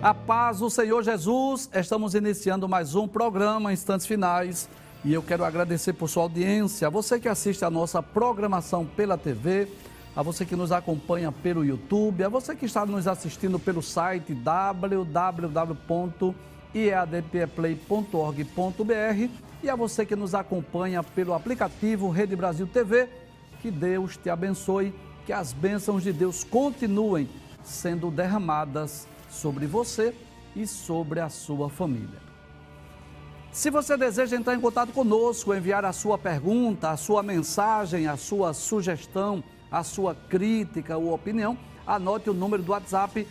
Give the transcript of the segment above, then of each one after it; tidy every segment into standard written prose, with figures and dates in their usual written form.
A paz do Senhor Jesus, estamos iniciando mais um programa Instantes Finais e eu quero agradecer por sua audiência, a você que assiste a nossa programação pela TV, a você que nos acompanha pelo YouTube, a você que está nos assistindo pelo site www.iadpplay.org.br e a você que nos acompanha pelo aplicativo Rede Brasil TV. Que Deus te abençoe, que as bênçãos de Deus continuem sendo derramadas sobre você e sobre a sua família. Se você deseja entrar em contato conosco, enviar a sua pergunta, a sua mensagem, a sua sugestão, a sua crítica ou opinião, anote o número do WhatsApp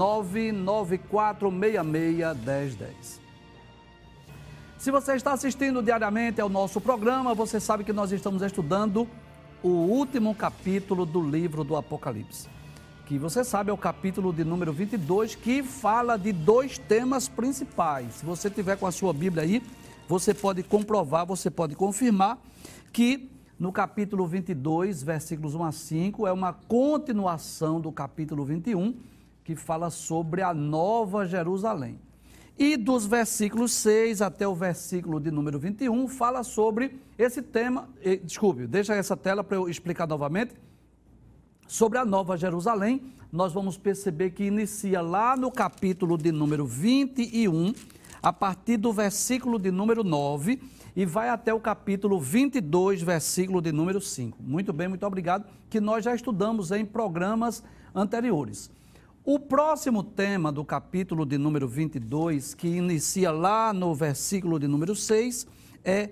994661010. Se você está assistindo diariamente ao nosso programa, você sabe que nós estamos estudando o último capítulo do livro do Apocalipse, que você sabe é o capítulo de número 22, que fala de dois temas principais. Se você tiver com a sua Bíblia aí, você pode comprovar, você pode confirmar que no capítulo 22, versículos 1 a 5, é uma continuação do capítulo 21, que fala sobre a Nova Jerusalém. E dos versículos 6 até o versículo de número 21, fala sobre esse tema, desculpe, deixa essa tela para eu explicar novamente. Sobre a Nova Jerusalém, nós vamos perceber que inicia lá no capítulo de número 21, a partir do versículo de número 9, e vai até o capítulo 22, versículo de número 5. Muito bem, muito obrigado, que nós já estudamos em programas anteriores. O próximo tema do capítulo de número 22, que inicia lá no versículo de número 6, é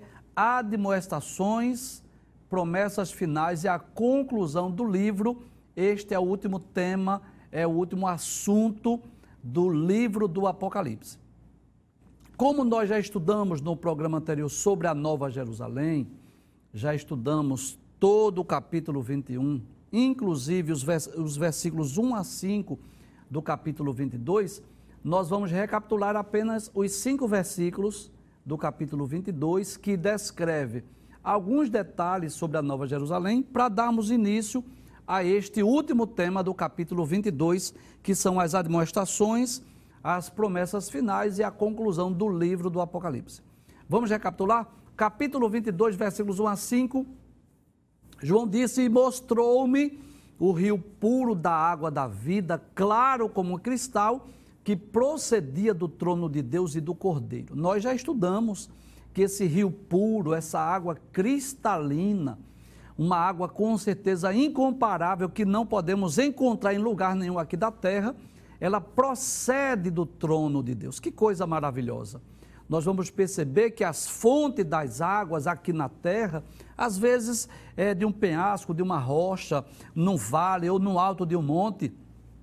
admoestações, promessas finais e a conclusão do livro. Este é o último tema, é o último assunto do livro do Apocalipse. Como nós já estudamos no programa anterior sobre a Nova Jerusalém, já estudamos todo o capítulo 21, inclusive os versículos 1 a 5 do capítulo 22, nós vamos recapitular apenas os 5 versículos do capítulo 22, que descreve alguns detalhes sobre a Nova Jerusalém, para darmos início a este último tema do capítulo 22, que são as admoestações, as promessas finais e a conclusão do livro do Apocalipse. Vamos recapitular? Capítulo 22, versículos 1 a 5, João disse: "E mostrou-me o rio puro da água da vida, claro como cristal, que procedia do trono de Deus e do Cordeiro." Nós já estudamos que esse rio puro, essa água cristalina, uma água com certeza incomparável, que não podemos encontrar em lugar nenhum aqui da terra, ela procede do trono de Deus. Que coisa maravilhosa! Nós vamos perceber que as fontes das águas aqui na terra, às vezes é de um penhasco, de uma rocha, num vale ou no alto de um monte,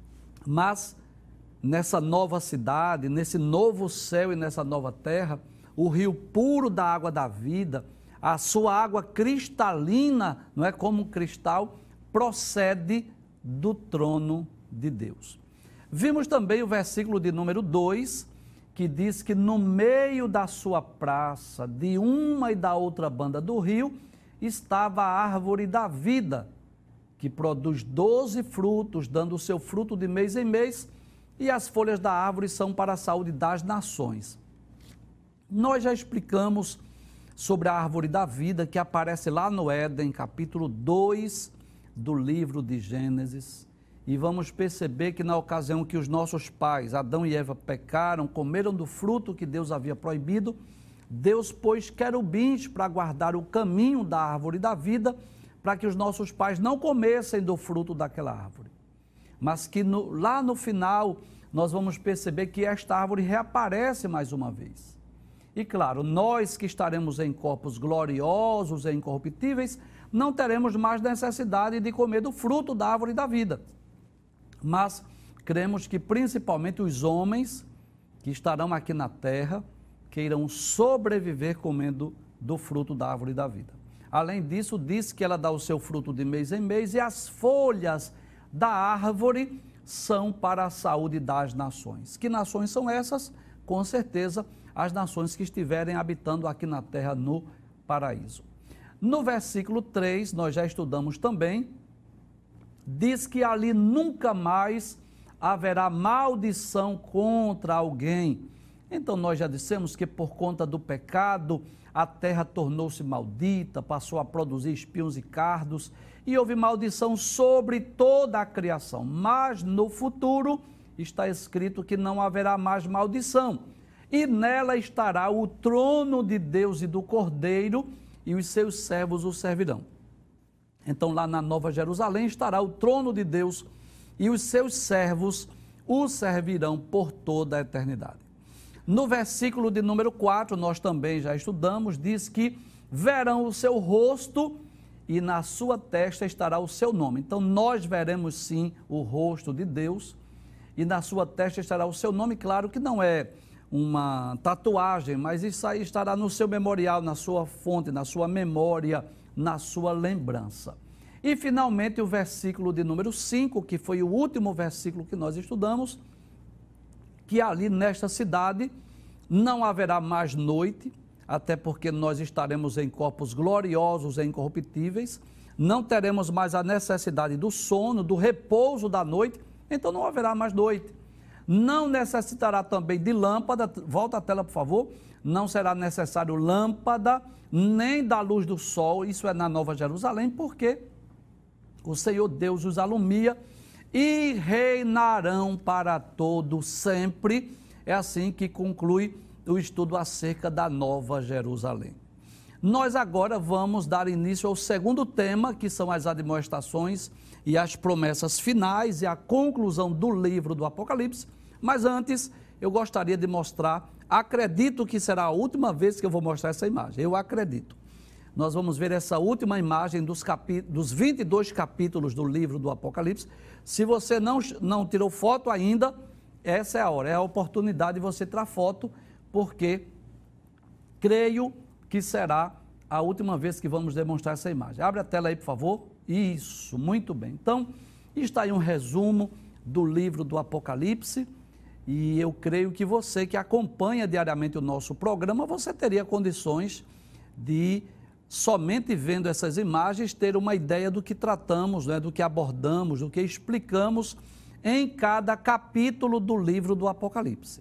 mas nessa nova cidade, nesse novo céu e nessa nova terra, o rio puro da água da vida, a sua água cristalina, não é como um cristal, procede do trono de Deus. Vimos também o versículo de número 2, que diz que no meio da sua praça, de uma e da outra banda do rio, estava a árvore da vida, que produz 12 frutos, dando o seu fruto de mês em mês, e as folhas da árvore são para a saúde das nações. Nós já explicamos sobre a árvore da vida, que aparece lá no Éden, capítulo 2 do livro de Gênesis. E vamos perceber que na ocasião que os nossos pais, Adão e Eva, pecaram, comeram do fruto que Deus havia proibido, Deus pôs querubins para guardar o caminho da árvore da vida, para que os nossos pais não comessem do fruto daquela árvore. Mas que lá no final, nós vamos perceber que esta árvore reaparece mais uma vez. E claro, nós que estaremos em corpos gloriosos e incorruptíveis, não teremos mais necessidade de comer do fruto da árvore da vida. Mas cremos que principalmente os homens que estarão aqui na terra, que irão sobreviver comendo do fruto da árvore da vida. Além disso, diz que ela dá o seu fruto de mês em mês e as folhas da árvore são para a saúde das nações. Que nações são essas? Com certeza, as nações que estiverem habitando aqui na terra no paraíso. No versículo 3, nós já estudamos também, diz que ali nunca mais haverá maldição contra alguém. Então nós já dissemos que por conta do pecado, a terra tornou-se maldita, passou a produzir espinhos e cardos, e houve maldição sobre toda a criação. Mas no futuro está escrito que não haverá mais maldição, e nela estará o trono de Deus e do Cordeiro, e os seus servos o servirão. Então lá na Nova Jerusalém estará o trono de Deus, e os seus servos o servirão por toda a eternidade. No versículo de número 4, nós também já estudamos, diz que verão o seu rosto e na sua testa estará o seu nome. Então nós veremos sim o rosto de Deus e na sua testa estará o seu nome. Claro que não é uma tatuagem, mas isso aí estará no seu memorial, na sua fonte, na sua memória, na sua lembrança. E finalmente o versículo de número 5, que foi o último versículo que nós estudamos, que ali nesta cidade não haverá mais noite, até porque nós estaremos em corpos gloriosos e incorruptíveis, não teremos mais a necessidade do sono, do repouso da noite, então não haverá mais noite. Não necessitará também de lâmpada, volta a tela por favor, não será necessário lâmpada, nem da luz do sol, isso é na Nova Jerusalém, porque o Senhor Deus os alumia e reinarão para todo sempre. É assim que conclui o estudo acerca da Nova Jerusalém. Nós agora vamos dar início ao segundo tema, que são as admoestações e as promessas finais e a conclusão do livro do Apocalipse. Mas antes, eu gostaria de mostrar, acredito que será a última vez que eu vou mostrar essa imagem, eu acredito. Nós vamos ver essa última imagem dos 22 capítulos do livro do Apocalipse. Se você não tirou foto ainda, essa é a hora, é a oportunidade de você tirar foto, porque creio que será a última vez que vamos demonstrar essa imagem. Abre a tela aí, por favor. Isso, muito bem. Então, está aí um resumo do livro do Apocalipse, e eu creio que você que acompanha diariamente o nosso programa, você teria condições de, somente vendo essas imagens, ter uma ideia do que tratamos, né, do que abordamos, do que explicamos em cada capítulo do livro do Apocalipse.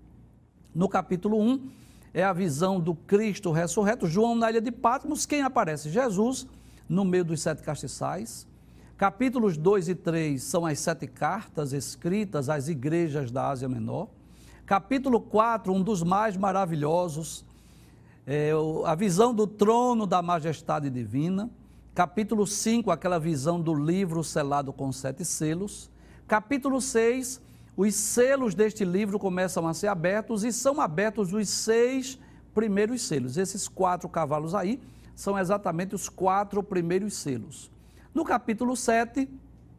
No capítulo 1, é a visão do Cristo ressurreto, João na ilha de Patmos, quem aparece? Jesus, no meio dos 7 castiçais. Capítulos 2 e 3 são as 7 cartas escritas às igrejas da Ásia Menor. Capítulo 4, um dos mais maravilhosos, a visão do trono da majestade divina. Capítulo 5, aquela visão do livro selado com 7 selos. Capítulo 6, os selos deste livro começam a ser abertos e são abertos os 6 primeiros selos. Esses 4 cavalos aí são exatamente os 4 primeiros selos. No capítulo 7,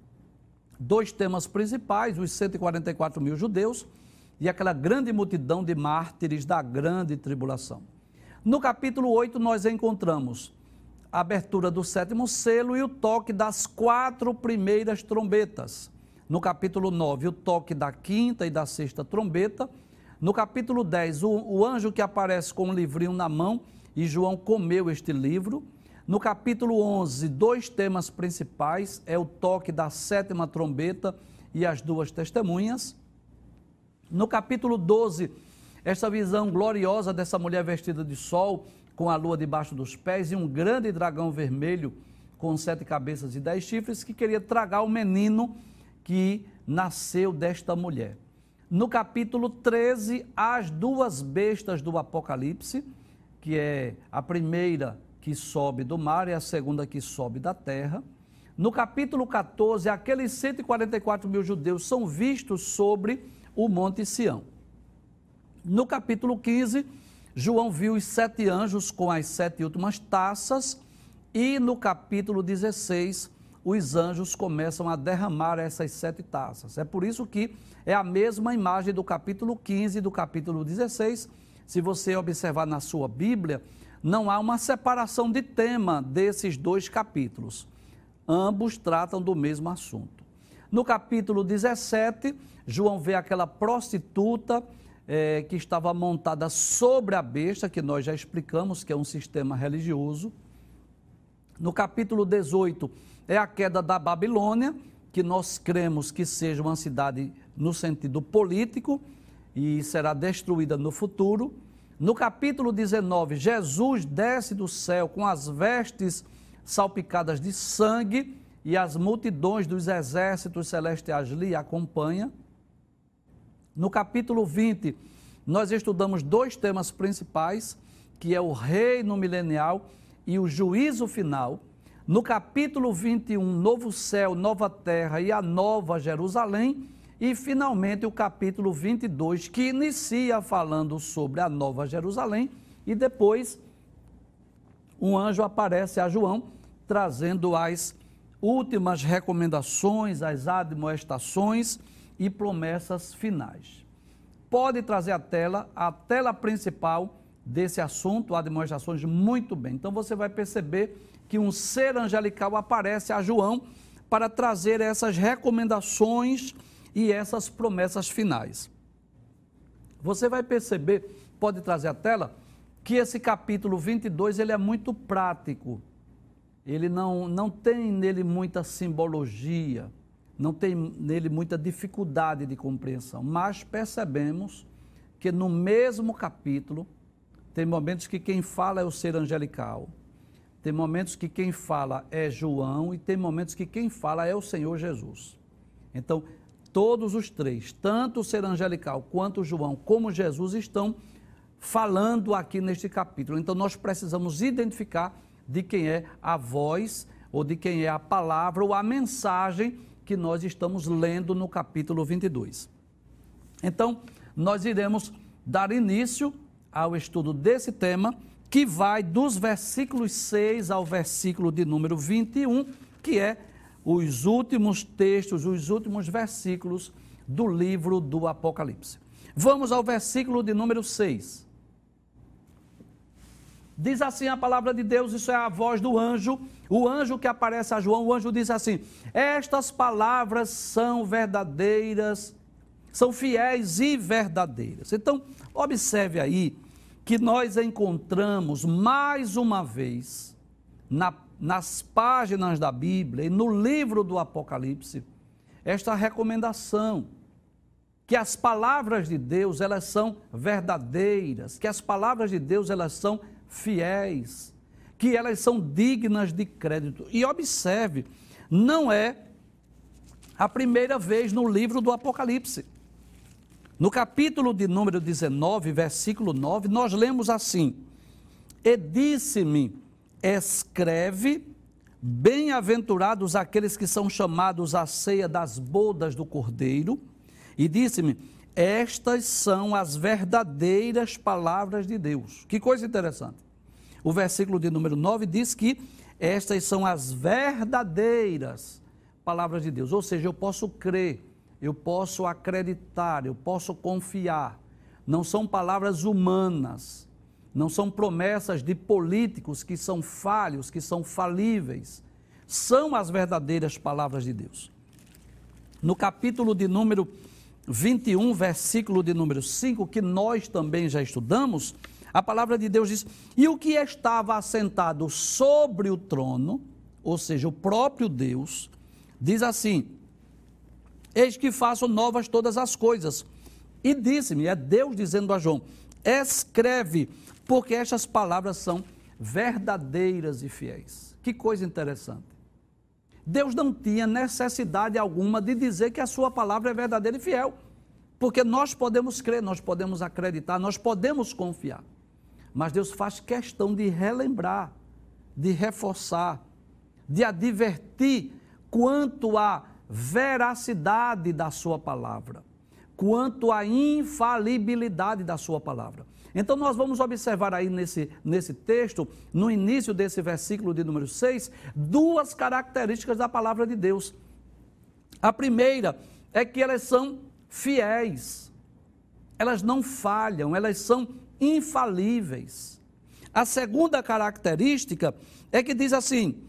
2 temas principais, os 144 mil judeus e aquela grande multidão de mártires da grande tribulação. No capítulo 8, nós encontramos a abertura do 7º selo e o toque das 4 primeiras trombetas. No capítulo 9, o toque da 5ª e da 6ª trombeta. No capítulo 10, o anjo que aparece com um livrinho na mão e João comeu este livro. No capítulo 11, 2 temas principais, é o toque da 7ª trombeta e as 2 testemunhas. No capítulo 12, essa visão gloriosa dessa mulher vestida de sol, com a lua debaixo dos pés e um grande dragão vermelho com 7 cabeças e 10 chifres, que queria tragar o menino que nasceu desta mulher. No capítulo 13, as 2 bestas do Apocalipse, que é a primeira que sobe do mar e a segunda que sobe da terra. No capítulo 14, aqueles 144 mil judeus são vistos sobre o Monte Sião. No capítulo 15, João viu os 7 anjos com as 7 últimas taças, e no capítulo 16, os anjos começam a derramar essas 7 taças. É por isso que é a mesma imagem do capítulo 15 e do capítulo 16. Se você observar na sua Bíblia, não há uma separação de tema desses 2 capítulos. Ambos tratam do mesmo assunto. No capítulo 17, João vê aquela prostituta que estava montada sobre a besta, que nós já explicamos que é um sistema religioso. No capítulo 18, é a queda da Babilônia, que nós cremos que seja uma cidade no sentido político e será destruída no futuro. No capítulo 19, Jesus desce do céu com as vestes salpicadas de sangue e as multidões dos exércitos celestiais lhe acompanham. No capítulo 20, nós estudamos dois temas principais, que é o reino milenial e o juízo final. No capítulo 21, novo céu, nova terra e a nova Jerusalém. E, finalmente, o capítulo 22, que inicia falando sobre a nova Jerusalém. E depois, um anjo aparece a João, trazendo as últimas recomendações, as admoestações e promessas finais. Pode trazer a tela principal desse assunto, admoestações, muito bem. Então, você vai perceber que um ser angelical aparece a João para trazer essas recomendações e essas promessas finais. Você vai perceber, pode trazer a tela, que esse capítulo 22 ele é muito prático. Ele não tem nele muita simbologia, não tem nele muita dificuldade de compreensão, mas percebemos que no mesmo capítulo tem momentos que quem fala é o ser angelical, tem momentos que quem fala é João e tem momentos que quem fala é o Senhor Jesus. Então, todos os três, tanto o ser angelical quanto João como Jesus estão falando aqui neste capítulo. Então, nós precisamos identificar de quem é a voz ou de quem é a palavra ou a mensagem que nós estamos lendo no capítulo 22. Então, nós iremos dar início ao estudo desse tema, que vai dos versículos 6 ao versículo de número 21, que é os últimos textos, os últimos versículos do livro do Apocalipse. Vamos ao versículo de número 6. Diz assim a palavra de Deus, isso é a voz do anjo, o anjo que aparece a João, o anjo diz assim: estas palavras são verdadeiras, são fiéis e verdadeiras. Então, observe aí que nós encontramos mais uma vez nas páginas da Bíblia e no livro do Apocalipse esta recomendação que as palavras de Deus elas são verdadeiras, que as palavras de Deus elas são fiéis, que elas são dignas de crédito. E observe, não é a primeira vez no livro do Apocalipse. No capítulo de número 19, versículo 9, nós lemos assim: e disse-me, escreve, bem-aventurados aqueles que são chamados à ceia das bodas do Cordeiro, e disse-me, estas são as verdadeiras palavras de Deus. Que coisa interessante. O versículo de número 9 diz que estas são as verdadeiras palavras de Deus, ou seja, eu posso crer, eu posso acreditar, eu posso confiar. Não são palavras humanas, não são promessas de políticos que são falhos, que são falíveis. São as verdadeiras palavras de Deus. No capítulo de número 21, versículo de número 5, que nós também já estudamos, a palavra de Deus diz: e o que estava assentado sobre o trono, ou seja, o próprio Deus, diz assim: eis que faço novas todas as coisas. E disse-me, é Deus dizendo a João: escreve, porque estas palavras são verdadeiras e fiéis. Que coisa interessante. Deus não tinha necessidade alguma de dizer que a sua palavra é verdadeira e fiel, porque nós podemos crer, nós podemos acreditar, nós podemos confiar. Mas Deus faz questão de relembrar, de reforçar, de advertir quanto à veracidade da sua palavra, quanto à infalibilidade da sua palavra. Então nós vamos observar aí nesse texto, no início desse versículo de número 6, duas características da palavra de Deus. A primeira é que elas são fiéis, elas não falham, elas são infalíveis. A segunda característica é que diz assim,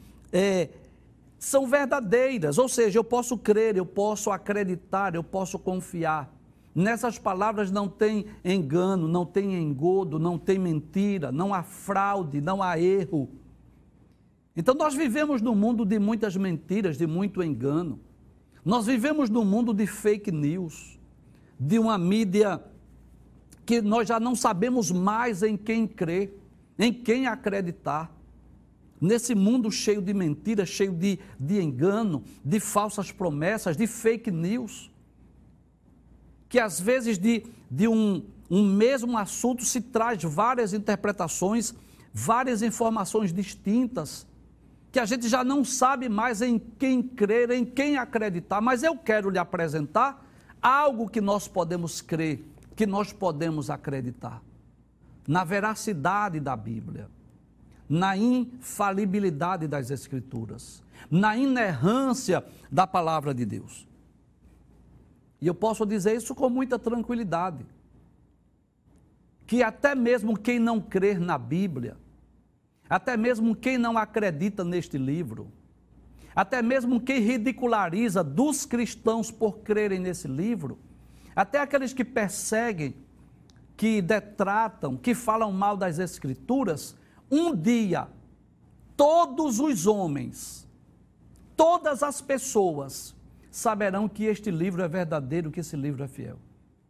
são verdadeiras, ou seja, eu posso crer, eu posso acreditar, eu posso confiar. Nessas palavras não tem engano, não tem engodo, não tem mentira, não há fraude, não há erro. Então nós vivemos num mundo de muitas mentiras, de muito engano. Nós vivemos num mundo de fake news, de uma mídia que nós já não sabemos mais em quem crer, em quem acreditar. Nesse mundo cheio de mentiras, cheio de engano, de falsas promessas, de fake news, que às vezes de um mesmo assunto se traz várias interpretações, várias informações distintas, que a gente já não sabe mais em quem crer, em quem acreditar. Mas eu quero lhe apresentar algo que nós podemos crer, que nós podemos acreditar, na veracidade da Bíblia, na infalibilidade das Escrituras, na inerrância da palavra de Deus. E eu posso dizer isso com muita tranquilidade, que até mesmo quem não crer na Bíblia, até mesmo quem não acredita neste livro, até mesmo quem ridiculariza dos cristãos por crerem nesse livro, até aqueles que perseguem, que detratam, que falam mal das Escrituras, um dia, todos os homens, todas as pessoas saberão que este livro é verdadeiro, que esse livro é fiel.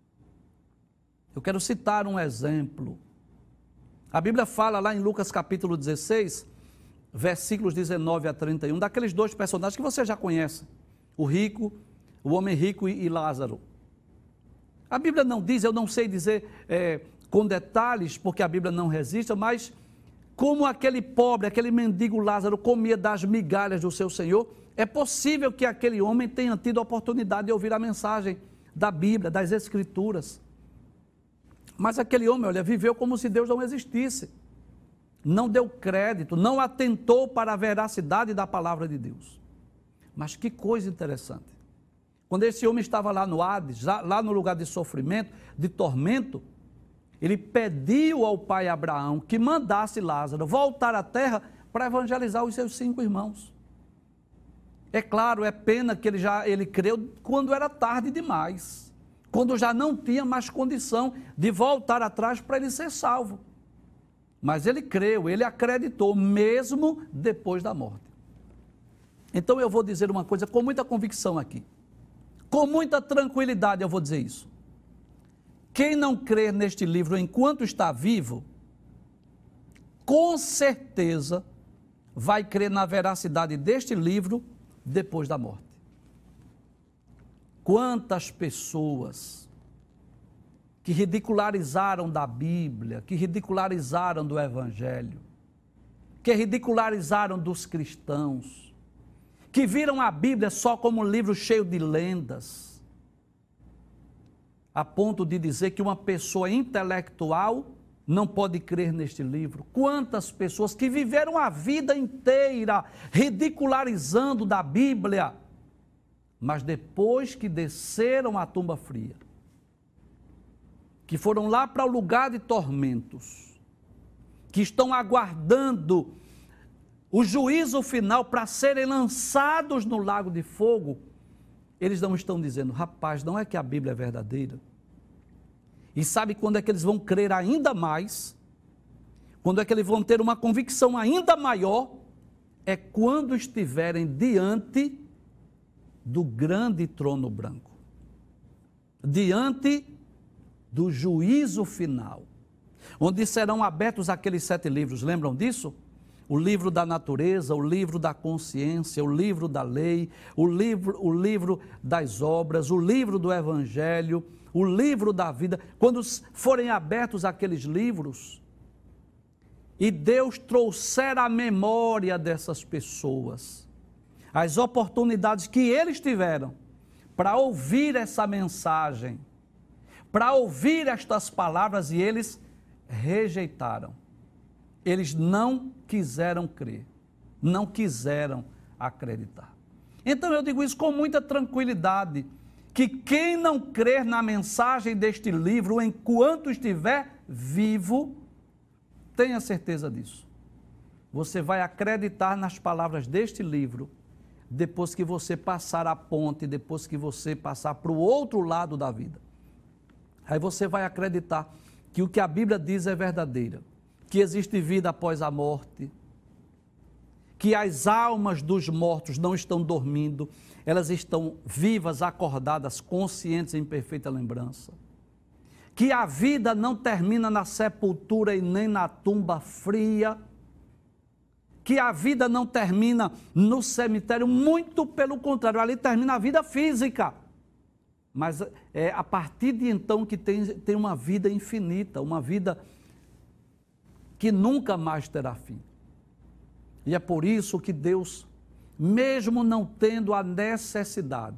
Eu quero citar um exemplo. A Bíblia fala lá em Lucas capítulo 16, versículos 19 a 31, daqueles dois personagens que você já conhece, o rico, o homem rico e Lázaro. A Bíblia não diz, eu não sei dizer com detalhes, porque a Bíblia não registra, mas como aquele pobre, aquele mendigo Lázaro comia das migalhas do seu Senhor, é possível que aquele homem tenha tido a oportunidade de ouvir a mensagem da Bíblia, das Escrituras. Mas aquele homem, olha, viveu como se Deus não existisse. Não deu crédito, não atentou para a veracidade da palavra de Deus. Mas que coisa interessante. Quando esse homem estava lá no Hades, lá no lugar de sofrimento, de tormento, ele pediu ao pai Abraão que mandasse Lázaro voltar à terra para evangelizar os seus 5 irmãos. É claro, é pena que ele creu quando era tarde demais, quando já não tinha mais condição de voltar atrás para ele ser salvo. Mas ele creu, ele acreditou, mesmo depois da morte. Então eu vou dizer uma coisa com muita convicção aqui, com muita tranquilidade eu vou dizer isso. Quem não crer neste livro enquanto está vivo, com certeza vai crer na veracidade deste livro depois da morte. Quantas pessoas que ridicularizaram da Bíblia, que ridicularizaram do Evangelho, que ridicularizaram dos cristãos, que viram a Bíblia só como um livro cheio de lendas, a ponto de dizer que uma pessoa intelectual não pode crer neste livro. Quantas pessoas que viveram a vida inteira ridicularizando da Bíblia, mas depois que desceram à tumba fria, que foram lá para o lugar de tormentos, que estão aguardando o juízo final para serem lançados no lago de fogo, eles não estão dizendo, rapaz, não é que a Bíblia é verdadeira? E sabe quando é que eles vão crer ainda mais? Quando é que eles vão ter uma convicção ainda maior? É quando estiverem diante do grande trono branco, diante do juízo final, onde serão abertos aqueles 7 livros, lembram disso? O livro da natureza, o livro da consciência, o livro da lei, o livro das obras, o livro do evangelho, o livro da vida. Quando forem abertos aqueles livros e Deus trouxer à memória dessas pessoas as oportunidades que eles tiveram para ouvir essa mensagem, para ouvir estas palavras, e eles rejeitaram. Eles não quiseram crer, não quiseram acreditar. Então eu digo isso com muita tranquilidade, que quem não crer na mensagem deste livro enquanto estiver vivo, tenha certeza disso. Você vai acreditar nas palavras deste livro depois que você passar a ponte, depois que você passar para o outro lado da vida. Aí você vai acreditar que o que a Bíblia diz é verdadeira, que existe vida após a morte, que as almas dos mortos não estão dormindo, elas estão vivas, acordadas, conscientes em perfeita lembrança. Que a vida não termina na sepultura e nem na tumba fria. Que a vida não termina no cemitério, muito pelo contrário, ali termina a vida física. Mas é a partir de então que tem uma vida infinita, uma vida que nunca mais terá fim. E é por isso que Deus, mesmo não tendo a necessidade,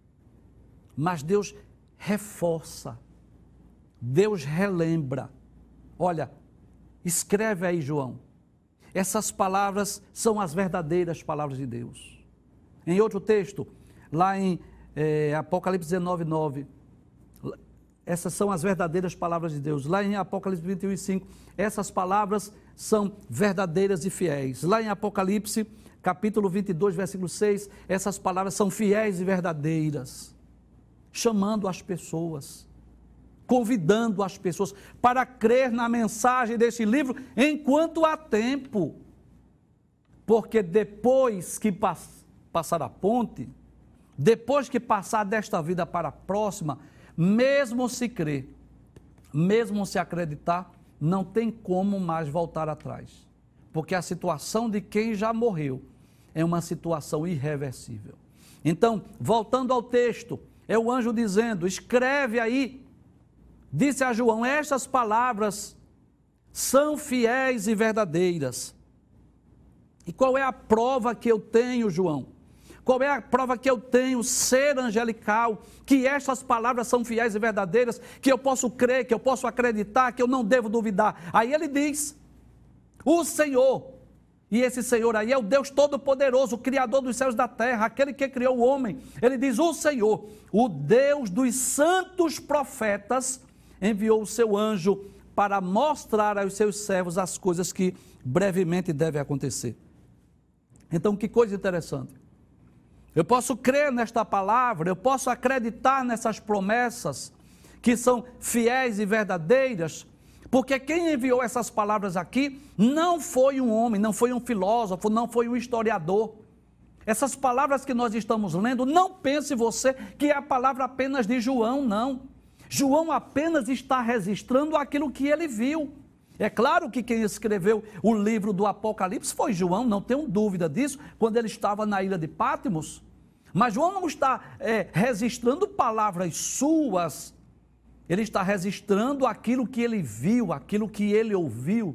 mas Deus reforça, Deus relembra. Olha, escreve aí, João, essas palavras são as verdadeiras palavras de Deus. Em outro texto, lá em Apocalipse 19:9, essas são as verdadeiras palavras de Deus. Lá em Apocalipse 21:5, essas palavras são verdadeiras e fiéis. Lá em Apocalipse, capítulo 22, versículo 6, essas palavras são fiéis e verdadeiras, chamando as pessoas, convidando as pessoas para crer na mensagem desse livro enquanto há tempo. Porque depois que passar a ponte, depois que passar desta vida para a próxima, mesmo se crer, mesmo se acreditar, não tem como mais voltar atrás. Porque a situação de quem já morreu é uma situação irreversível. Então, voltando ao texto, é o anjo dizendo, escreve aí, disse a João, estas palavras são fiéis e verdadeiras. E qual é a prova que eu tenho, João? Qual é a prova que eu tenho, ser angelical, que estas palavras são fiéis e verdadeiras, que eu posso crer, que eu posso acreditar, que eu não devo duvidar? Aí ele diz, o Senhor, e esse Senhor aí é o Deus Todo-Poderoso, o Criador dos céus e da terra, aquele que criou o homem. Ele diz, o Senhor, o Deus dos santos profetas, enviou o seu anjo para mostrar aos seus servos as coisas que brevemente devem acontecer. Então, que coisa interessante. Eu posso crer nesta palavra, eu posso acreditar nessas promessas que são fiéis e verdadeiras, porque quem enviou essas palavras aqui não foi um homem, não foi um filósofo, não foi um historiador. Essas palavras que nós estamos lendo, não pense você que é a palavra apenas de João, não. João apenas está registrando aquilo que ele viu. É claro que quem escreveu o livro do Apocalipse foi João, não tenho dúvida disso, quando ele estava na ilha de Patmos. Mas João não está registrando palavras suas, ele está registrando aquilo que ele viu, aquilo que ele ouviu.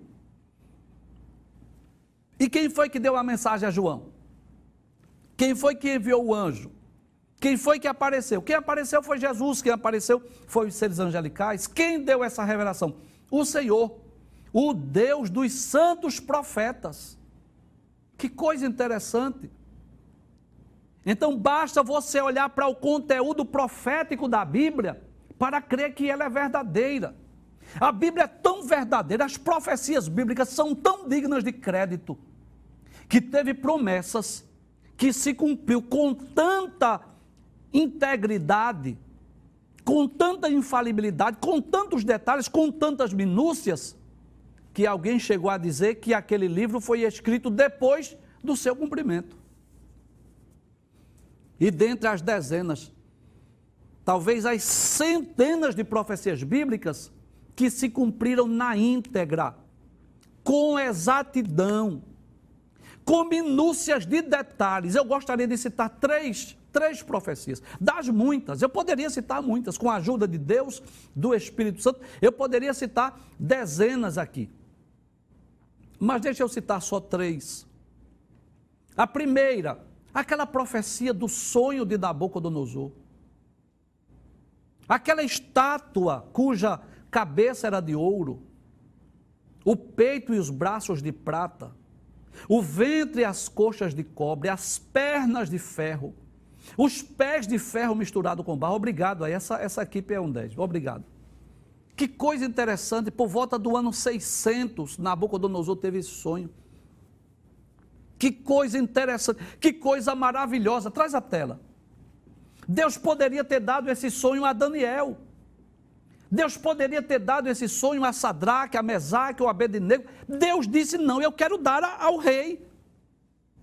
E quem foi que deu a mensagem a João? Quem foi que enviou o anjo? Quem foi que apareceu? Quem apareceu foi Jesus, quem apareceu foi os seres angelicais. Quem deu essa revelação? O Senhor, o Deus dos santos profetas. Que coisa interessante. Então basta você olhar para o conteúdo profético da Bíblia para crer que ela é verdadeira. A Bíblia é tão verdadeira, as profecias bíblicas são tão dignas de crédito, que teve promessas que se cumpriu com tanta integridade, com tanta infalibilidade, com tantos detalhes, com tantas minúcias, que alguém chegou a dizer que aquele livro foi escrito depois do seu cumprimento. E dentre as dezenas, talvez as centenas de profecias bíblicas que se cumpriram na íntegra, com exatidão, com minúcias de detalhes. Eu gostaria de citar três profecias, das muitas, eu poderia citar muitas, com a ajuda de Deus, do Espírito Santo, eu poderia citar dezenas aqui. Mas deixa eu citar só três. A primeira, aquela profecia do sonho de Nabucodonosor. Aquela estátua cuja cabeça era de ouro, o peito e os braços de prata, o ventre e as coxas de cobre, as pernas de ferro, os pés de ferro misturado com barro. Obrigado, aí essa equipe é um 10, obrigado. Que coisa interessante, por volta do ano 600, Nabucodonosor teve esse sonho. Que coisa interessante, que coisa maravilhosa. Traz a tela. Deus poderia ter dado esse sonho a Daniel. Deus poderia ter dado esse sonho a Sadraque, a Mesaque, ou a Abednego. Deus disse, não, eu quero dar ao rei.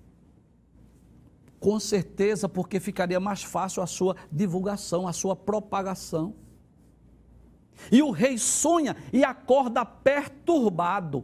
Com certeza, porque ficaria mais fácil a sua divulgação, a sua propagação. E o rei sonha e acorda perturbado.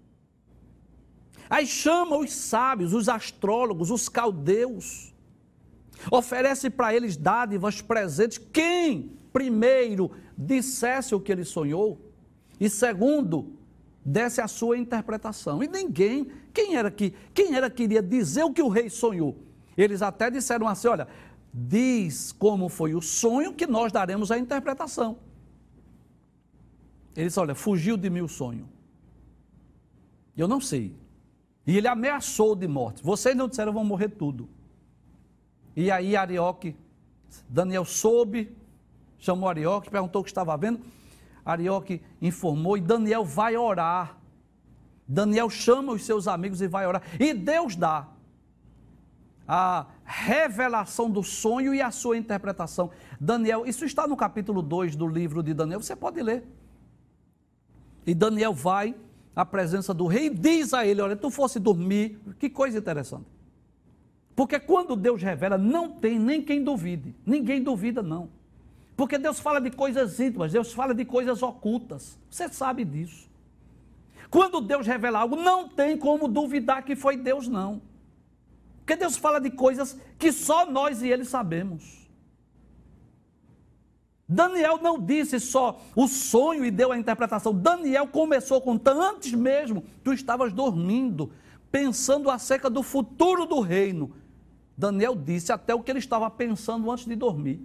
Aí chama os sábios, os astrólogos, os caldeus. Oferece para eles dádivas, presentes. Quem, primeiro, dissesse o que ele sonhou. E segundo, desse a sua interpretação. E ninguém, quem era que iria dizer o que o rei sonhou? Eles até disseram assim, olha, diz como foi o sonho que nós daremos a interpretação. Ele disse, olha, fugiu de mim o sonho. Eu não sei. E ele ameaçou de morte. Vocês não disseram, vão morrer tudo. E aí Arioque, Daniel soube, chamou Arioque, perguntou o que estava vendo. Arioque informou e Daniel vai orar. Daniel chama os seus amigos e vai orar. E Deus dá a revelação do sonho e a sua interpretação. Daniel, isso está no capítulo 2 do livro de Daniel, você pode ler. E Daniel vai à presença do rei e diz a ele, olha, tu fosse dormir, que coisa interessante. Porque quando Deus revela, não tem nem quem duvide, ninguém duvida não. Porque Deus fala de coisas íntimas, Deus fala de coisas ocultas, você sabe disso. Quando Deus revela algo, não tem como duvidar que foi Deus não. Porque Deus fala de coisas que só nós e Ele sabemos. Daniel não disse só o sonho e deu a interpretação. Daniel começou contando antes mesmo. Tu estavas dormindo, pensando acerca do futuro do reino. Daniel disse até o que ele estava pensando antes de dormir.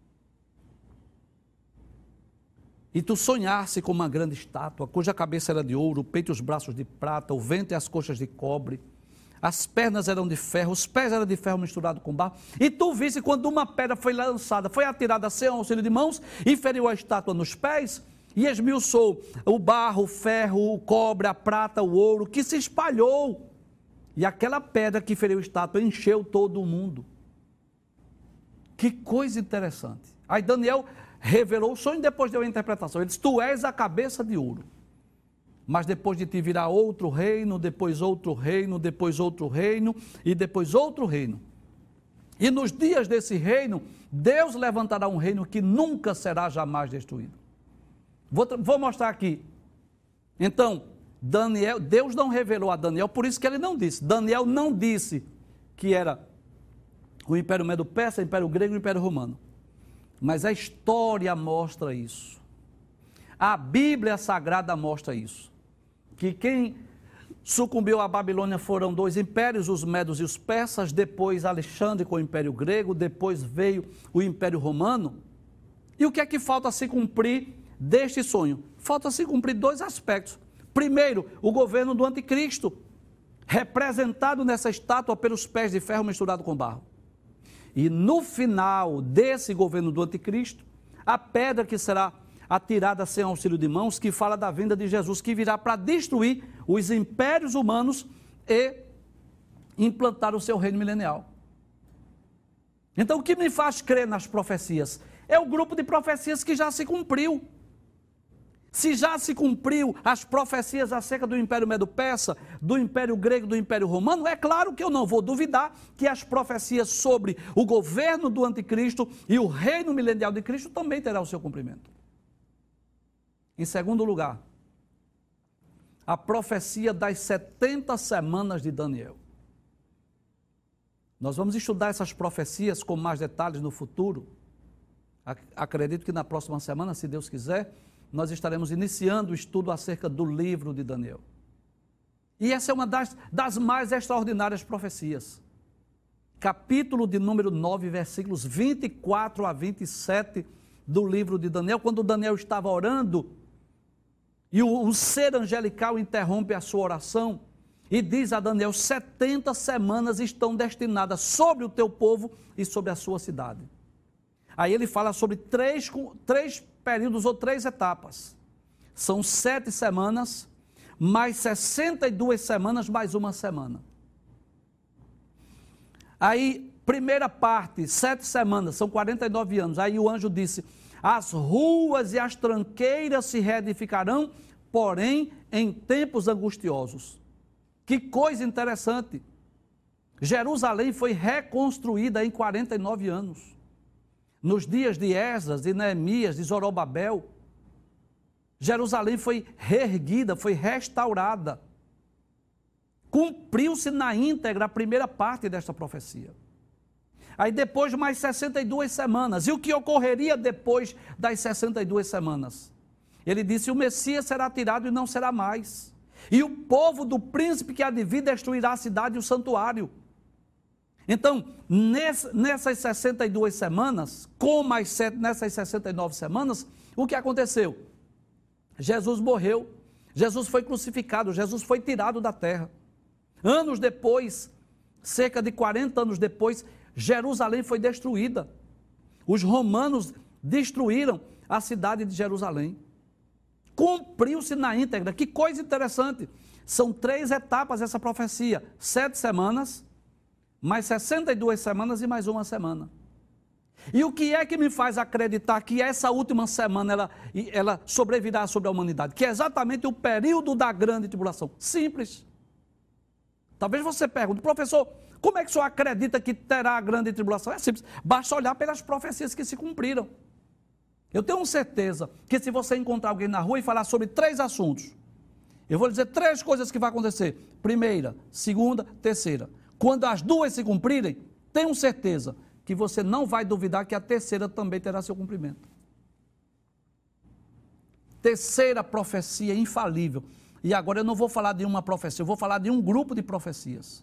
E tu sonhasse com uma grande estátua, cuja cabeça era de ouro, o peito e os braços de prata, o ventre e as coxas de cobre. As pernas eram de ferro, os pés eram de ferro misturado com barro. E tu viste quando uma pedra foi lançada, foi atirada sem auxílio de mãos, e feriu a estátua nos pés, e esmiuçou o barro, o ferro, o cobre, a prata, o ouro, que se espalhou. E aquela pedra que feriu a estátua encheu todo o mundo. Que coisa interessante. Aí Daniel revelou o sonho e depois deu a interpretação. Ele disse, tu és a cabeça de ouro. Mas depois de ti virá outro reino, depois outro reino, depois outro reino e depois outro reino. E nos dias desse reino, Deus levantará um reino que nunca será jamais destruído. Vou mostrar aqui. Então, Deus não revelou a Daniel, por isso que ele não disse. Daniel não disse que era o Império Medo-Persa, o Império Grego e o Império Romano. Mas a história mostra isso. A Bíblia Sagrada mostra isso. Que quem sucumbiu à Babilônia foram dois impérios, os medos e os persas, depois Alexandre com o Império Grego, depois veio o Império Romano. E o que é que falta se cumprir deste sonho? Falta se cumprir dois aspectos. Primeiro, o governo do anticristo, representado nessa estátua pelos pés de ferro misturado com barro. E no final desse governo do anticristo, a pedra que será atirada sem auxílio de mãos, que fala da vinda de Jesus, que virá para destruir os impérios humanos e implantar o seu reino milenial. Então, o que me faz crer nas profecias? É o grupo de profecias que já se cumpriu. Se já se cumpriu as profecias acerca do Império Medo-Persa, do Império Grego, do Império Romano, é claro que eu não vou duvidar que as profecias sobre o governo do anticristo e o reino milenial de Cristo também terá o seu cumprimento. Em segundo lugar, a profecia das 70 semanas de Daniel. Nós vamos estudar essas profecias com mais detalhes no futuro. Acredito que na próxima semana, se Deus quiser, nós estaremos iniciando o estudo acerca do livro de Daniel. E essa é uma das mais extraordinárias profecias. Capítulo de número 9, versículos 24 a 27 do livro de Daniel, quando Daniel estava orando, e o ser angelical interrompe a sua oração e diz a Daniel, 70 semanas estão destinadas sobre o teu povo e sobre a sua cidade. Aí ele fala sobre três períodos ou 3 etapas. São 7 semanas, mais 62 semanas, mais uma semana. Aí, primeira parte, 7 semanas, são 49 anos. Aí o anjo disse, as ruas e as tranqueiras se reedificarão, porém em tempos angustiosos. Que coisa interessante. Jerusalém foi reconstruída em 49 anos. Nos dias de Esdras, de Neemias, de Zorobabel, Jerusalém foi reerguida, foi restaurada. Cumpriu-se na íntegra a primeira parte desta profecia. Aí depois mais 62 semanas. E o que ocorreria depois das 62 semanas? Ele disse: o Messias será tirado e não será mais. E o povo do príncipe que há de vir destruirá a cidade e o santuário. Então, nessas 62 semanas, nessas 69 semanas, o que aconteceu? Jesus morreu, Jesus foi crucificado, Jesus foi tirado da terra. Anos depois, cerca de 40 anos depois, Jerusalém foi destruída. Os romanos destruíram a cidade de Jerusalém. Cumpriu-se na íntegra. Que coisa interessante. São 3 etapas essa profecia. 7 semanas, mais 62 semanas e mais uma semana. E o que é que me faz acreditar que essa última semana ela sobrevirá sobre a humanidade? Que é exatamente o período da grande tribulação. Simples. Talvez você pergunte: professor, como é que o senhor acredita que terá a grande tribulação? É simples, basta olhar pelas profecias que se cumpriram. Eu tenho certeza que se você encontrar alguém na rua e falar sobre 3 assuntos, eu vou lhe dizer 3 coisas que vai acontecer. Primeira, segunda, terceira. Quando as 2 se cumprirem, tenho certeza que você não vai duvidar que a terceira também terá seu cumprimento. Terceira profecia infalível. E agora eu não vou falar de uma profecia, eu vou falar de um grupo de profecias.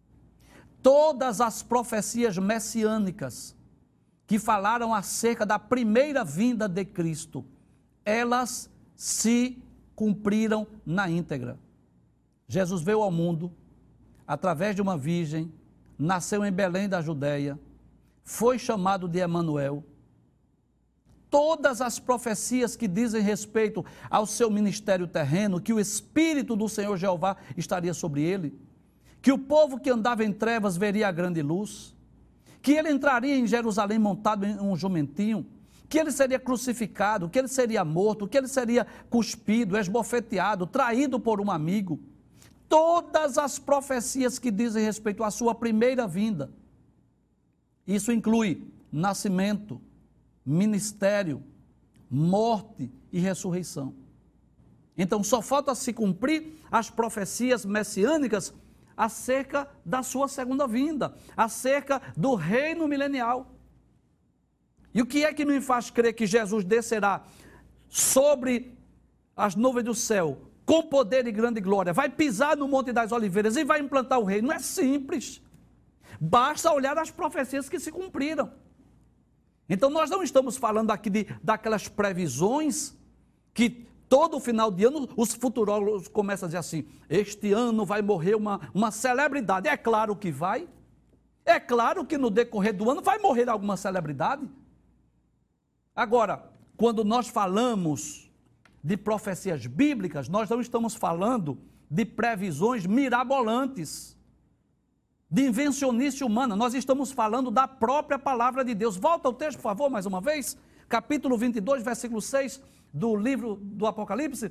Todas as profecias messiânicas que falaram acerca da primeira vinda de Cristo, elas se cumpriram na íntegra. Jesus veio ao mundo através de uma virgem, nasceu em Belém da Judeia, foi chamado de Emanuel. Todas as profecias que dizem respeito ao seu ministério terreno, que o Espírito do Senhor Jeová estaria sobre ele, que o povo que andava em trevas veria a grande luz, que ele entraria em Jerusalém montado em um jumentinho, que ele seria crucificado, que ele seria morto, que ele seria cuspido, esbofeteado, traído por um amigo. Todas as profecias que dizem respeito à sua primeira vinda. Isso inclui nascimento, ministério, morte e ressurreição. Então só falta se cumprir as profecias messiânicas acerca da sua segunda vinda, acerca do reino milenial. E o que é que me faz crer que Jesus descerá sobre as nuvens do céu, com poder e grande glória, vai pisar no Monte das Oliveiras e vai implantar o reino? Não é simples. Basta olhar as profecias que se cumpriram. Então nós não estamos falando aqui daquelas previsões que todo final de ano os futurólogos começam a dizer assim: este ano vai morrer uma celebridade. É claro que vai. É claro que no decorrer do ano vai morrer alguma celebridade. Agora, quando nós falamos de profecias bíblicas, nós não estamos falando de previsões mirabolantes, de invencionice humana. Nós estamos falando da própria palavra de Deus. Volta ao texto, por favor, mais uma vez. Capítulo 22, versículo 6 do livro do Apocalipse.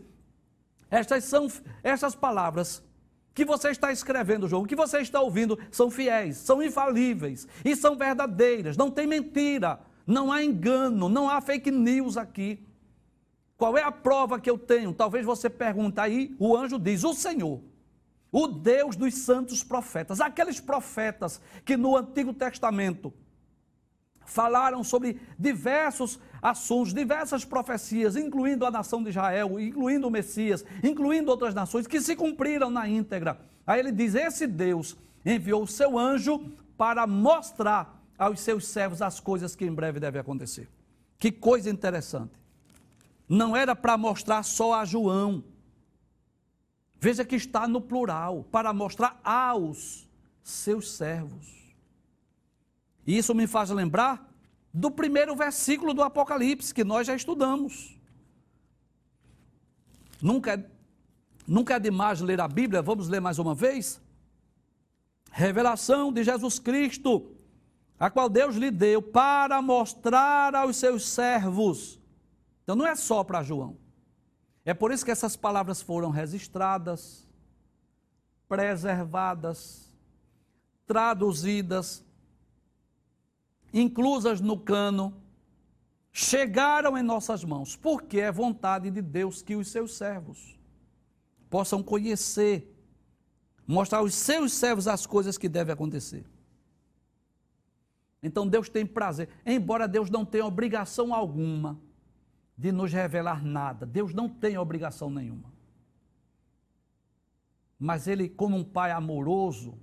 Estas palavras que você está escrevendo, João, que você está ouvindo, são fiéis, são infalíveis e são verdadeiras. Não tem mentira, não há engano, não há fake news aqui. Qual é a prova que eu tenho? Talvez você pergunte. Aí o anjo diz: o Senhor, o Deus dos santos profetas, aqueles profetas que no Antigo Testamento falaram sobre diversos assuntos, diversas profecias, incluindo a nação de Israel, incluindo o Messias, incluindo outras nações que se cumpriram na íntegra. Aí ele diz: esse Deus enviou o seu anjo para mostrar aos seus servos as coisas que em breve devem acontecer. Que coisa interessante. Não era para mostrar só a João. Veja que está no plural, para mostrar aos seus servos. E isso me faz lembrar do primeiro versículo do Apocalipse, que nós já estudamos. Nunca é demais ler a Bíblia, vamos ler mais uma vez? Revelação de Jesus Cristo, a qual Deus lhe deu para mostrar aos seus servos. Então não é só para João. É por isso que essas palavras foram registradas, preservadas, traduzidas, inclusas no cânon, chegaram em nossas mãos, porque é vontade de Deus que os seus servos possam conhecer, mostrar aos seus servos as coisas que devem acontecer. Então Deus tem prazer, embora Deus não tenha obrigação alguma de nos revelar nada, Deus não tem obrigação nenhuma. Mas Ele, como um Pai amoroso,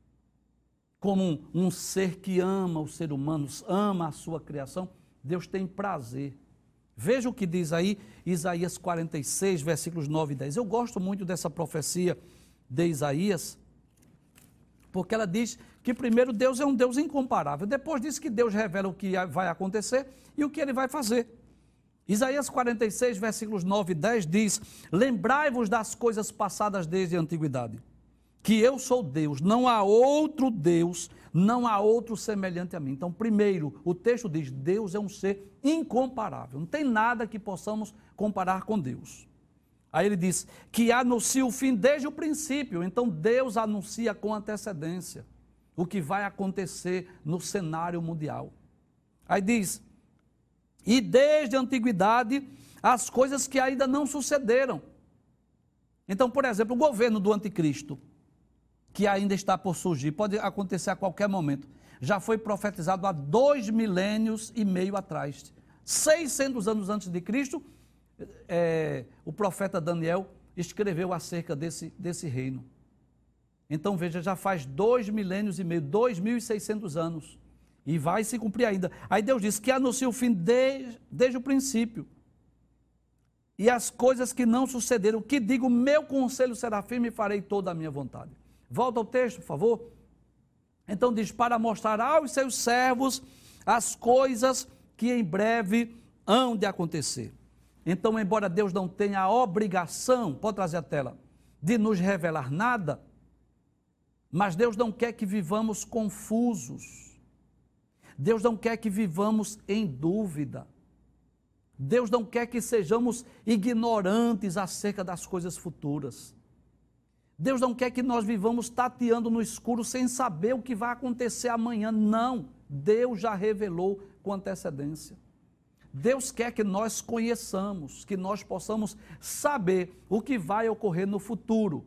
como um ser que ama os seres humanos, ama a sua criação, Deus tem prazer. Veja o que diz aí Isaías 46, versículos 9 e 10. Eu gosto muito dessa profecia de Isaías, porque ela diz que primeiro Deus é um Deus incomparável, depois diz que Deus revela o que vai acontecer e o que Ele vai fazer. Isaías 46, versículos 9 e 10 diz: lembrai-vos das coisas passadas desde a antiguidade, que eu sou Deus, não há outro Deus, não há outro semelhante a mim. Então, primeiro, o texto diz, Deus é um ser incomparável, não tem nada que possamos comparar com Deus. Aí ele diz que anuncia o fim desde o princípio, então Deus anuncia com antecedência o que vai acontecer no cenário mundial. Aí diz, e desde a antiguidade, as coisas que ainda não sucederam. Então, por exemplo, o governo do anticristo, que ainda está por surgir, pode acontecer a qualquer momento, já foi profetizado há 2,5 milênios atrás. 600 anos antes de Cristo, o profeta Daniel escreveu acerca desse reino. Então veja, já faz 2,5 milênios, 2.600 anos, e vai se cumprir ainda. Aí Deus diz que anuncia o fim desde o princípio, e as coisas que não sucederam, que digo, meu conselho será firme e farei toda a minha vontade. Volta ao texto, por favor. Então diz, para mostrar aos seus servos as coisas que em breve hão de acontecer. Então, embora Deus não tenha a obrigação, pode trazer a tela, de nos revelar nada, mas Deus não quer que vivamos confusos. Deus não quer que vivamos em dúvida. Deus não quer que sejamos ignorantes acerca das coisas futuras. Deus não quer que nós vivamos tateando no escuro sem saber o que vai acontecer amanhã. Não, Deus já revelou com antecedência. Deus quer que nós conheçamos, que nós possamos saber o que vai ocorrer no futuro,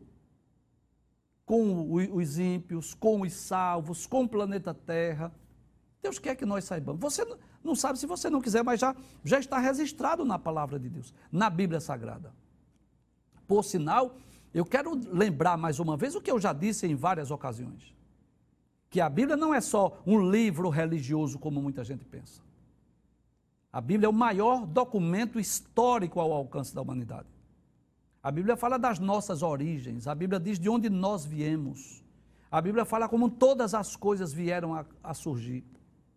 com os ímpios, com os salvos, com o planeta Terra. Deus quer que nós saibamos. Você não sabe se você não quiser, mas já está registrado na palavra de Deus, na Bíblia Sagrada. Por sinal, eu quero lembrar mais uma vez o que eu já disse em várias ocasiões, que a Bíblia não é só um livro religioso como muita gente pensa. A Bíblia é o maior documento histórico ao alcance da humanidade. A Bíblia fala das nossas origens, a Bíblia diz de onde nós viemos. A Bíblia fala como todas as coisas vieram a surgir.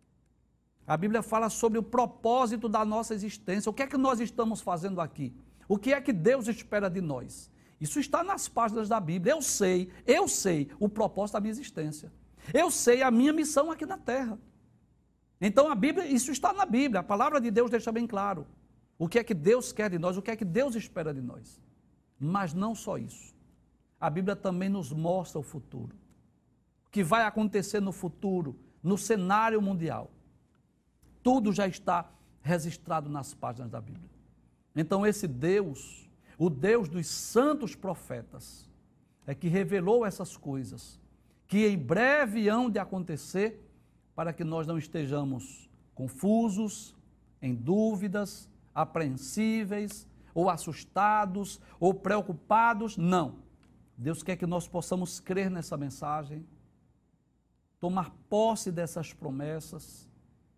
A Bíblia fala sobre o propósito da nossa existência, o que é que nós estamos fazendo aqui, o que é que Deus espera de nós. Isso está nas páginas da Bíblia. Eu sei o propósito da minha existência. Eu sei a minha missão aqui na terra. Então a Bíblia, isso está na Bíblia, a palavra de Deus deixa bem claro o que é que Deus quer de nós, o que é que Deus espera de nós. Mas não só isso, a Bíblia também nos mostra o futuro, o que vai acontecer no futuro, no cenário mundial. Tudo já está registrado nas páginas da Bíblia. Então esse Deus, o Deus dos santos profetas, é que revelou essas coisas, que em breve hão de acontecer, para que nós não estejamos confusos, em dúvidas, apreensíveis, ou assustados, ou preocupados. Não. Deus quer que nós possamos crer nessa mensagem, tomar posse dessas promessas,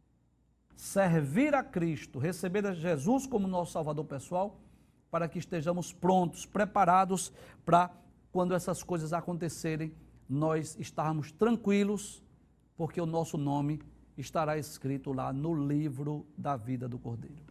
servir a Cristo, receber a Jesus como nosso Salvador pessoal, para que estejamos prontos, preparados para, quando essas coisas acontecerem, nós estarmos tranquilos, porque o nosso nome estará escrito lá no livro da vida do Cordeiro.